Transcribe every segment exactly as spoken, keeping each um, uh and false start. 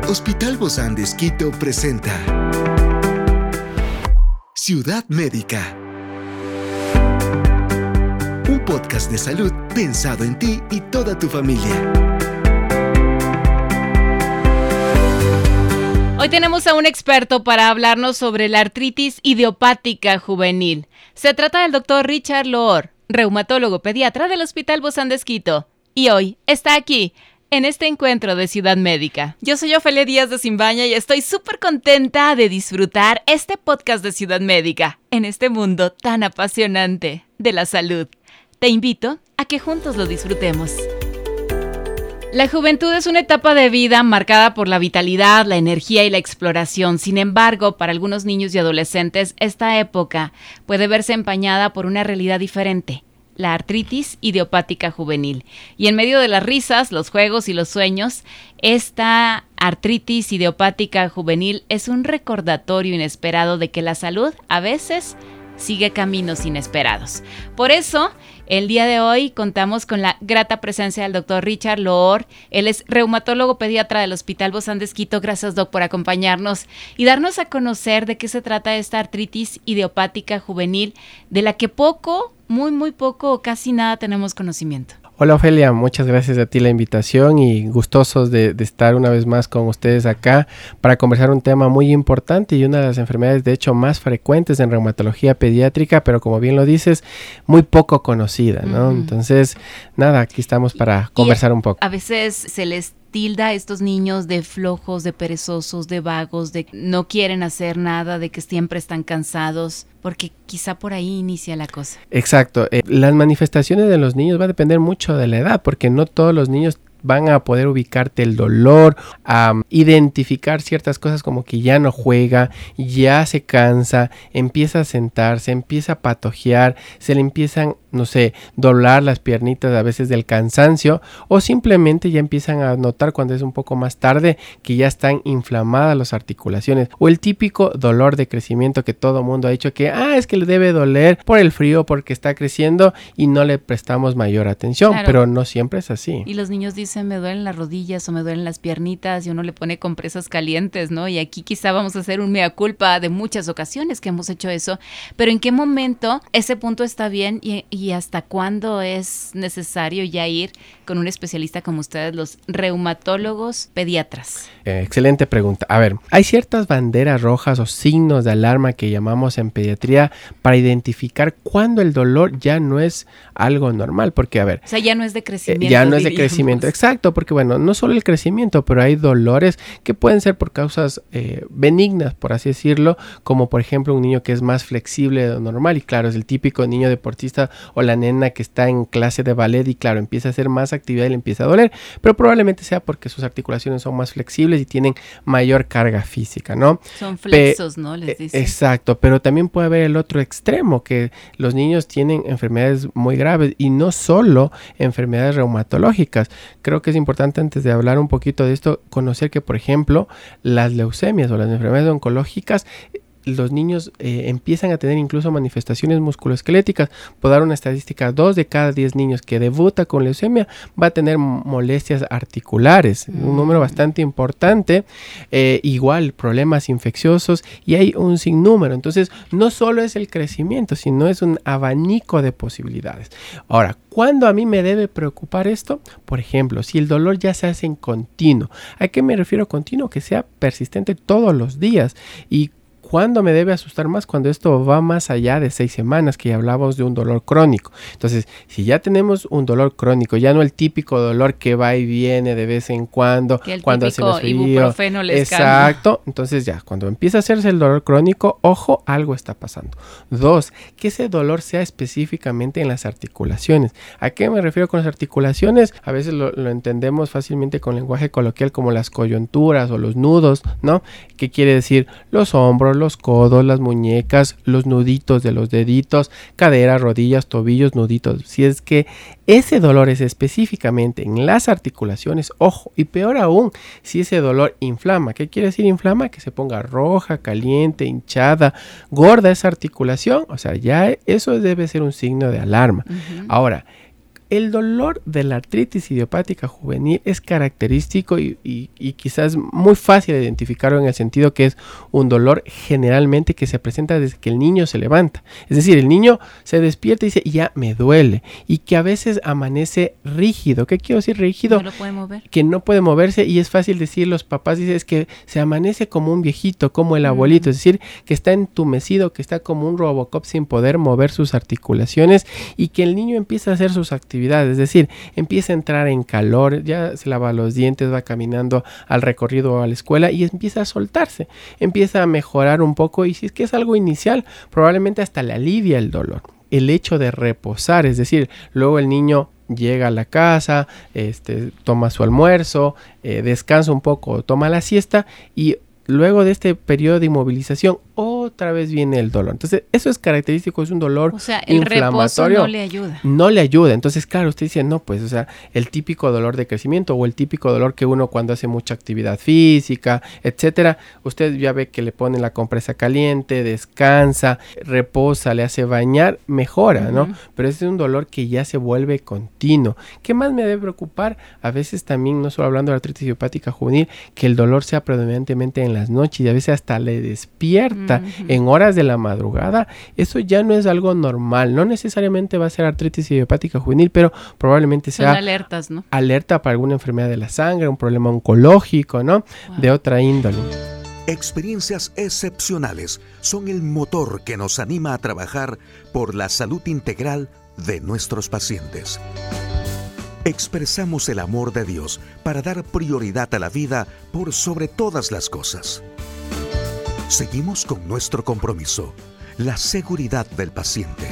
Hospital Bozán de Esquito presenta Ciudad Médica, un podcast de salud pensado en ti y toda tu familia. Hoy tenemos a un experto para hablarnos sobre la artritis idiopática juvenil. Se trata del doctor Richard Loor, reumatólogo pediatra del Hospital Bozán de Esquito. Y hoy está aquí, en este encuentro de Ciudad Médica. Yo soy Ofelia Díaz de Simbaña y estoy súper contenta de disfrutar este podcast de Ciudad Médica en este mundo tan apasionante de la salud. Te invito a que juntos lo disfrutemos. La juventud es una etapa de vida marcada por la vitalidad, la energía y la exploración. Sin embargo, para algunos niños y adolescentes, esta época puede verse empañada por una realidad diferente: la artritis idiopática juvenil. Y en medio de las risas, los juegos y los sueños, esta artritis idiopática juvenil es un recordatorio inesperado de que la salud a veces sigue caminos inesperados. Por eso, el día de hoy contamos con la grata presencia del doctor Richard Loor. Él es reumatólogo pediatra del Hospital Bozán de Esquito. Gracias, doc, por acompañarnos y darnos a conocer de qué se trata esta artritis idiopática juvenil, de la que poco, muy, muy poco o casi nada tenemos conocimiento. Hola Ofelia, muchas gracias a ti la invitación y gustosos de, de estar una vez más con ustedes acá para conversar un tema muy importante y una de las enfermedades de hecho más frecuentes en reumatología pediátrica, pero como bien lo dices, muy poco conocida, ¿no? Mm. Entonces, nada, aquí estamos para conversar y un poco. A veces se les tilda a estos niños de flojos, de perezosos, de vagos, de que no quieren hacer nada, de que siempre están cansados, porque quizá por ahí inicia la cosa. Exacto. Eh, las manifestaciones de los niños va a depender mucho de la edad, porque no todos los niños van a poder ubicarte el dolor, a um, identificar ciertas cosas como que ya no juega, ya se cansa, empieza a sentarse, empieza a patojear, se le empiezan, no sé, doblar las piernitas a veces del cansancio, o simplemente ya empiezan a notar cuando es un poco más tarde que ya están inflamadas las articulaciones, o el típico dolor de crecimiento que todo mundo ha dicho que, ah, es que le debe doler por el frío, porque está creciendo y no le prestamos mayor atención, claro, pero no siempre es así. Y los niños dicen, me duelen las rodillas o me duelen las piernitas y uno le pone compresas calientes, ¿no? Y aquí quizá vamos a hacer un mea culpa de muchas ocasiones que hemos hecho eso, pero ¿en qué momento ese punto está bien y, y hasta cuándo es necesario ya ir con un especialista como ustedes, los reumatólogos pediatras? Eh, excelente pregunta. A ver, hay ciertas banderas rojas o signos de alarma que llamamos en pediatría para identificar cuándo el dolor ya no es algo normal, porque a ver... O sea, ya no es de crecimiento. Eh, ya no es de diríamos. crecimiento, exacto, porque bueno, no solo el crecimiento, pero hay dolores que pueden ser por causas eh, benignas, por así decirlo, como por ejemplo un niño que es más flexible de lo normal, y claro, es el típico niño deportista o la nena que está en clase de ballet y claro, empieza a hacer más actividad y le empieza a doler, pero probablemente sea porque sus articulaciones son más flexibles y tienen mayor carga física, ¿no? Son flexos, Pe- ¿no? Les dicen. Exacto, pero también puede haber el otro extremo, que los niños tienen enfermedades muy graves y no solo enfermedades reumatológicas. Creo que es importante, antes de hablar un poquito de esto, conocer que, por ejemplo, las leucemias o las enfermedades oncológicas, los niños eh, empiezan a tener incluso manifestaciones musculoesqueléticas. Por dar una estadística, dos de cada diez niños que debuta con leucemia va a tener molestias articulares, mm. un número bastante importante, eh, igual problemas infecciosos y hay un sinnúmero. Entonces, no solo es el crecimiento, sino es un abanico de posibilidades. Ahora, ¿cuándo a mí me debe preocupar esto? Por ejemplo, si el dolor ya se hace en continuo. ¿A qué me refiero continuo? Que sea persistente todos los días. Y ¿cuándo me debe asustar más? Cuando esto va más allá de seis semanas, que ya hablamos de un dolor crónico. Entonces, si ya tenemos un dolor crónico, ya no el típico dolor que va y viene de vez en cuando, que el cuando hace más frío. Ibuprofeno les Exacto. cambia. Entonces ya, cuando empieza a hacerse el dolor crónico, ojo, algo está pasando. Dos, que ese dolor sea específicamente en las articulaciones. ¿A qué me refiero con las articulaciones? A veces lo, lo entendemos fácilmente con lenguaje coloquial como las coyunturas o los nudos, ¿no? ¿Qué quiere decir? Los hombros, los codos, las muñecas, los nuditos de los deditos, caderas, rodillas, tobillos, nuditos. Si es que ese dolor es específicamente en las articulaciones, ojo, y peor aún, si ese dolor inflama. ¿Qué quiere decir inflama? Que se ponga roja, caliente, hinchada, gorda esa articulación. O sea, ya eso debe ser un signo de alarma. Uh-huh. Ahora, El dolor de la artritis idiopática juvenil es característico y, y, y quizás muy fácil de identificarlo en el sentido que es un dolor generalmente que se presenta desde que el niño se levanta. Es decir, el niño se despierta y dice, ya me duele, y que a veces amanece rígido. ¿Qué quiero decir rígido? No lo puede mover. Que no puede moverse, y es fácil decir, los papás dicen, es que se amanece como un viejito, como el abuelito, mm. es decir, que está entumecido, que está como un Robocop sin poder mover sus articulaciones, y que el niño empieza a hacer sus actividades. Es decir, empieza a entrar en calor, ya se lava los dientes, va caminando al recorrido o a la escuela y empieza a soltarse, empieza a mejorar un poco, y si es que es algo inicial, probablemente hasta le alivia el dolor. El hecho de reposar, es decir, luego el niño llega a la casa, este, toma su almuerzo, eh, descansa un poco, toma la siesta, y luego de este periodo de inmovilización, otra vez viene el dolor. Entonces, eso es característico, es un dolor inflamatorio. O sea, el reposo no le ayuda. No le ayuda. Entonces, claro, usted dice, no, pues, o sea, el típico dolor de crecimiento o el típico dolor que uno cuando hace mucha actividad física, etcétera, usted ya ve que le pone la compresa caliente, descansa, reposa, le hace bañar, mejora, uh-huh. ¿no? Pero ese es un dolor que ya se vuelve continuo. ¿Qué más me debe preocupar? A veces también, no solo hablando de artritis idiopática juvenil, que el dolor sea predominantemente en las noches y a veces hasta le despierta uh-huh. en horas de la madrugada. Eso ya no es algo normal, no necesariamente va a ser artritis idiopática juvenil, pero probablemente sea Son alertas, ¿no? alerta para alguna enfermedad de la sangre, un problema oncológico, ¿no? Wow. De otra índole. Experiencias excepcionales son el motor que nos anima a trabajar por la salud integral de nuestros pacientes. Expresamos el amor de Dios para dar prioridad a la vida por sobre todas las cosas. Seguimos con nuestro compromiso, la seguridad del paciente.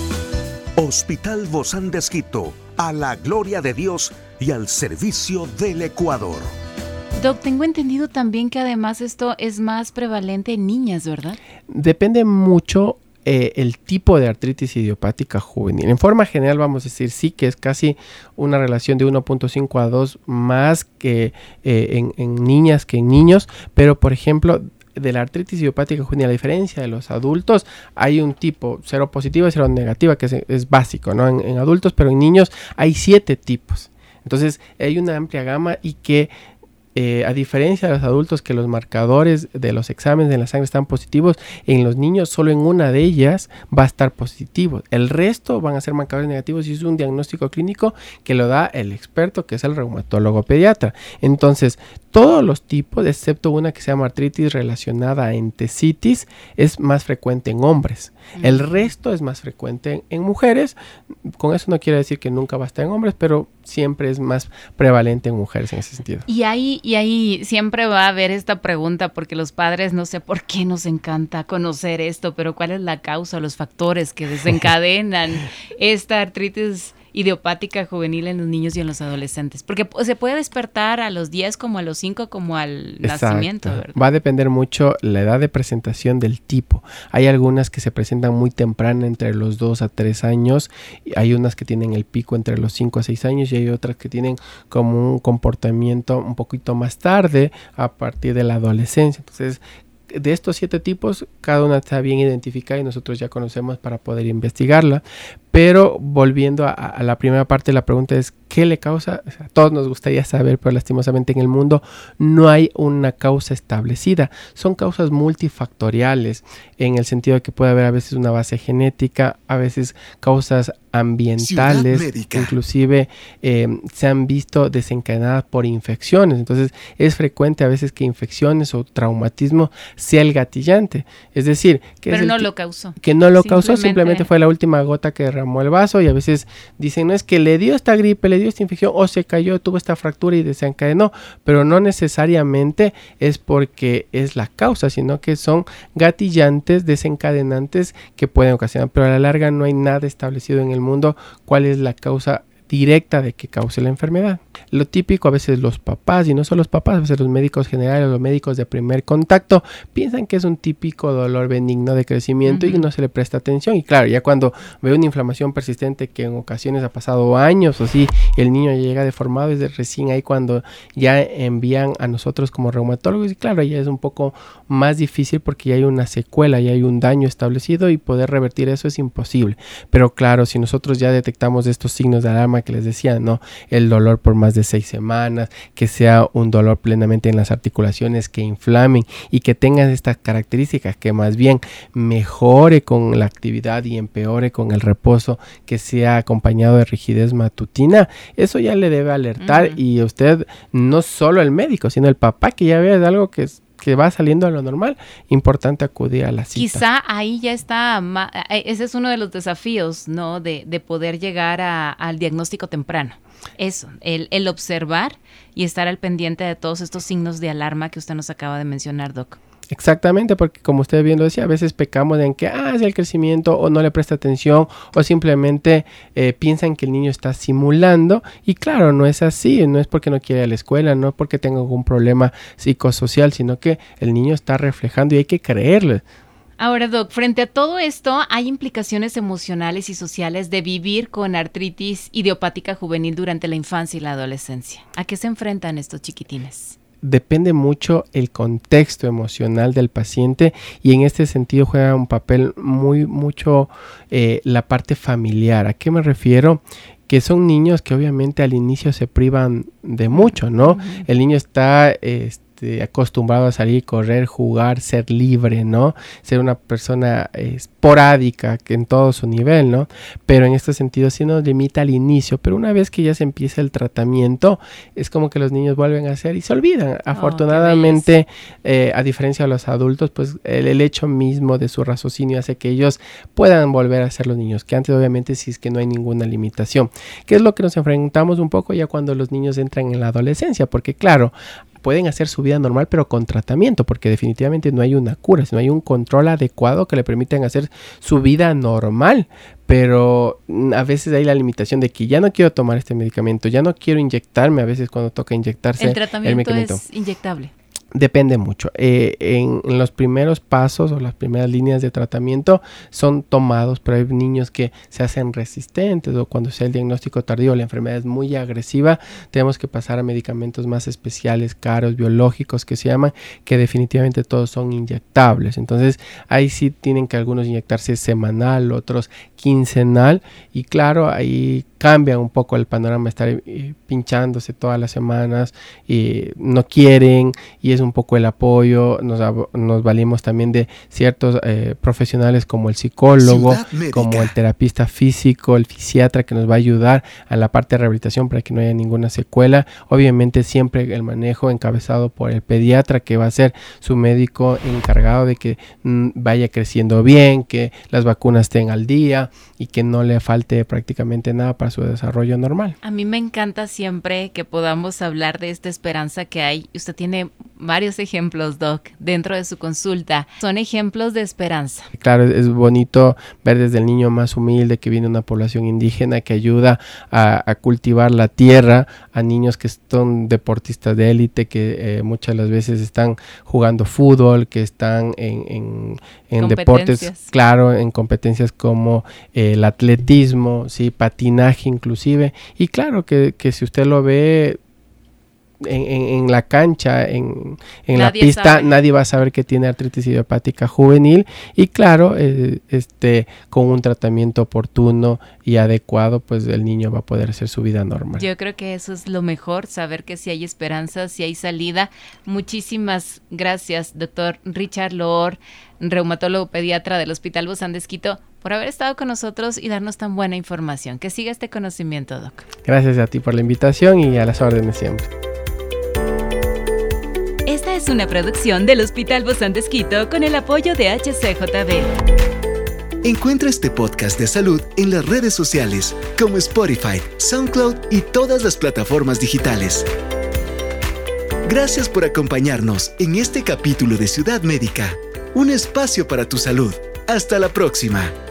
Hospital Bozán de Esquito, a la gloria de Dios y al servicio del Ecuador. Doc, tengo entendido también que además esto es más prevalente en niñas, ¿verdad? Depende mucho Eh, el tipo de artritis idiopática juvenil. En forma general vamos a decir sí que es casi una relación de uno punto cinco a dos más que eh, en, en niñas que en niños, pero por ejemplo de la artritis idiopática juvenil, a diferencia de los adultos, hay un tipo cero positiva y cero negativa que es, es básico, ¿no? En, en adultos, pero en niños hay siete tipos. Entonces hay una amplia gama y que Eh, a diferencia de los adultos que los marcadores de los exámenes de la sangre están positivos, en los niños solo en una de ellas va a estar positivo. El resto van a ser marcadores negativos y es un diagnóstico clínico que lo da el experto, que es el reumatólogo pediatra. Entonces, todos los tipos, excepto una que se llama artritis relacionada a entesitis, es más frecuente en hombres. Mm. El resto es más frecuente en, en mujeres. Con eso no quiere decir que nunca va a estar en hombres, pero siempre es más prevalente en mujeres en ese sentido. Y ahí, y ahí siempre va a haber esta pregunta, porque los padres, no sé por qué nos encanta conocer esto, pero ¿cuál es la causa, los factores que desencadenan esta artritis idiopática juvenil en los niños y en los adolescentes? Porque se puede despertar a los diez como a los cinco como al Exacto. nacimiento, ¿verdad? Va a depender mucho la edad de presentación del tipo. Hay algunas que se presentan muy temprana, entre los dos a tres años, hay unas que tienen el pico entre los cinco a seis años y hay otras que tienen como un comportamiento un poquito más tarde, a partir de la adolescencia. Entonces, de estos siete tipos, cada una está bien identificada y nosotros ya conocemos para poder investigarla. Pero volviendo a, a la primera parte de la pregunta es, ¿qué le causa? O sea, a todos nos gustaría saber, pero lastimosamente en el mundo no hay una causa establecida. Son causas multifactoriales, en el sentido de que puede haber a veces una base genética, a veces causas ambientales, inclusive eh, se han visto desencadenadas por infecciones. Entonces es frecuente a veces que infecciones o traumatismo sea el gatillante. Es decir, que pero es no el, lo causó. Que no lo simplemente, causó, simplemente fue la última gota que derramó el vaso, y a veces dicen, no es que le dio esta gripe, le dio esta infección, o se cayó, tuvo esta fractura y desencadenó, pero no necesariamente es porque es la causa, sino que son gatillantes, desencadenantes que pueden ocasionar, pero a la larga no hay nada establecido en el mundo cuál es la causa directa de que cause la enfermedad. Lo típico, a veces los papás, y no solo los papás, a veces los médicos generales, los médicos de primer contacto, piensan que es un típico dolor benigno de crecimiento uh-huh. y no se le presta atención. Y claro, ya cuando ve una inflamación persistente que en ocasiones ha pasado años o así, y el niño ya llega deformado, es recién ahí cuando ya envían a nosotros como reumatólogos, y claro, ya es un poco más difícil porque ya hay una secuela, ya hay un daño establecido y poder revertir eso es imposible. Pero claro, si nosotros ya detectamos estos signos de alarma que les decía, ¿no? El dolor por más de seis semanas, que sea un dolor plenamente en las articulaciones, que inflamen y que tengan estas características, que más bien mejore con la actividad y empeore con el reposo, que sea acompañado de rigidez matutina. Eso ya le debe alertar uh-huh. y usted, no solo el médico, sino el papá, que ya ve algo que es que va saliendo a lo normal, importante acudir a la cita. Quizá ahí ya está, ese es uno de los desafíos, ¿no? De, de poder llegar a, al diagnóstico temprano. Eso, el, el observar y estar al pendiente de todos estos signos de alarma que usted nos acaba de mencionar, Doc. Exactamente, porque como usted bien lo decía, a veces pecamos en que ah, es el crecimiento o no le presta atención o simplemente eh, piensan que el niño está simulando y claro, no es así, no es porque no quiere ir a la escuela, no es porque tenga algún problema psicosocial, sino que el niño está reflejando y hay que creerle. Ahora, Doc, frente a todo esto, ¿hay implicaciones emocionales y sociales de vivir con artritis idiopática juvenil durante la infancia y la adolescencia? ¿A qué se enfrentan estos chiquitines? Depende mucho el contexto emocional del paciente y en este sentido juega un papel muy mucho eh, la parte familiar. ¿A qué me refiero? Que son niños que obviamente al inicio se privan de mucho, ¿no? Uh-huh. El niño está este, acostumbrado a salir, correr, jugar, ser libre, ¿no? Ser una persona eh, esporádica que en todo su nivel, ¿no? Pero en este sentido sí nos limita al inicio, pero una vez que ya se empieza el tratamiento, es como que los niños vuelven a hacer y se olvidan. Oh, afortunadamente, eh, a diferencia de los adultos, pues el, el hecho mismo de su raciocinio hace que ellos puedan volver a ser los niños, que antes obviamente sí es que no hay ninguna limitación. ¿Qué es lo que nos enfrentamos un poco ya cuando los niños entran en la adolescencia? Porque claro, pueden hacer su vida normal, pero con tratamiento, porque definitivamente no hay una cura, sino hay un control adecuado que le permiten hacer su vida normal. Pero a veces hay la limitación de que ya no quiero tomar este medicamento, ya no quiero inyectarme, a veces cuando toca inyectarse el tratamiento el medicamento. Es inyectable. Depende mucho. Eh, en, en los primeros pasos o las primeras líneas de tratamiento son tomados, pero hay niños que se hacen resistentes o cuando sea el diagnóstico tardío, la enfermedad es muy agresiva, tenemos que pasar a medicamentos más especiales, caros, biológicos que se llaman, que definitivamente todos son inyectables. Entonces ahí sí tienen que algunos inyectarse semanal, otros quincenal y claro, ahí cambia un poco el panorama, estar eh, pinchándose todas las semanas y no quieren y es un poco el apoyo, nos, nos valimos también de ciertos eh, profesionales como el psicólogo, como el terapista físico, el fisiatra que nos va a ayudar a la parte de rehabilitación para que no haya ninguna secuela, obviamente siempre el manejo encabezado por el pediatra que va a ser su médico encargado de que mm, vaya creciendo bien, que las vacunas estén al día y que no le falte prácticamente nada para su desarrollo normal. A mí me encanta siempre que podamos hablar de esta esperanza que hay. Usted tiene varios ejemplos, Doc, dentro de su consulta. Son ejemplos de esperanza. Claro, es bonito ver desde el niño más humilde que viene de una población indígena que ayuda a, a cultivar la tierra, a niños que son deportistas de élite, que eh, muchas de las veces están jugando fútbol, que están en, en, en deportes, claro, en competencias como eh, el atletismo, sí, patinaje inclusive, y claro que, que si usted lo ve En, en, en la cancha, en, en la pista, sabe. Nadie va a saber que tiene artritis idiopática juvenil y claro, eh, este, con un tratamiento oportuno y adecuado, pues el niño va a poder hacer su vida normal. Yo creo que eso es lo mejor, saber que si hay esperanza, si hay salida. Muchísimas gracias, doctor Richard Loor, reumatólogo pediatra del Hospital Bozán de Esquito, por haber estado con nosotros y darnos tan buena información. Que siga este conocimiento, Doc. Gracias a ti por la invitación y a las órdenes siempre. Esta es una producción del Hospital Bozán de Esquito con el apoyo de H C J B. Encuentra este podcast de salud en las redes sociales como Spotify, SoundCloud y todas las plataformas digitales. Gracias por acompañarnos en este capítulo de Ciudad Médica, un espacio para tu salud. Hasta la próxima.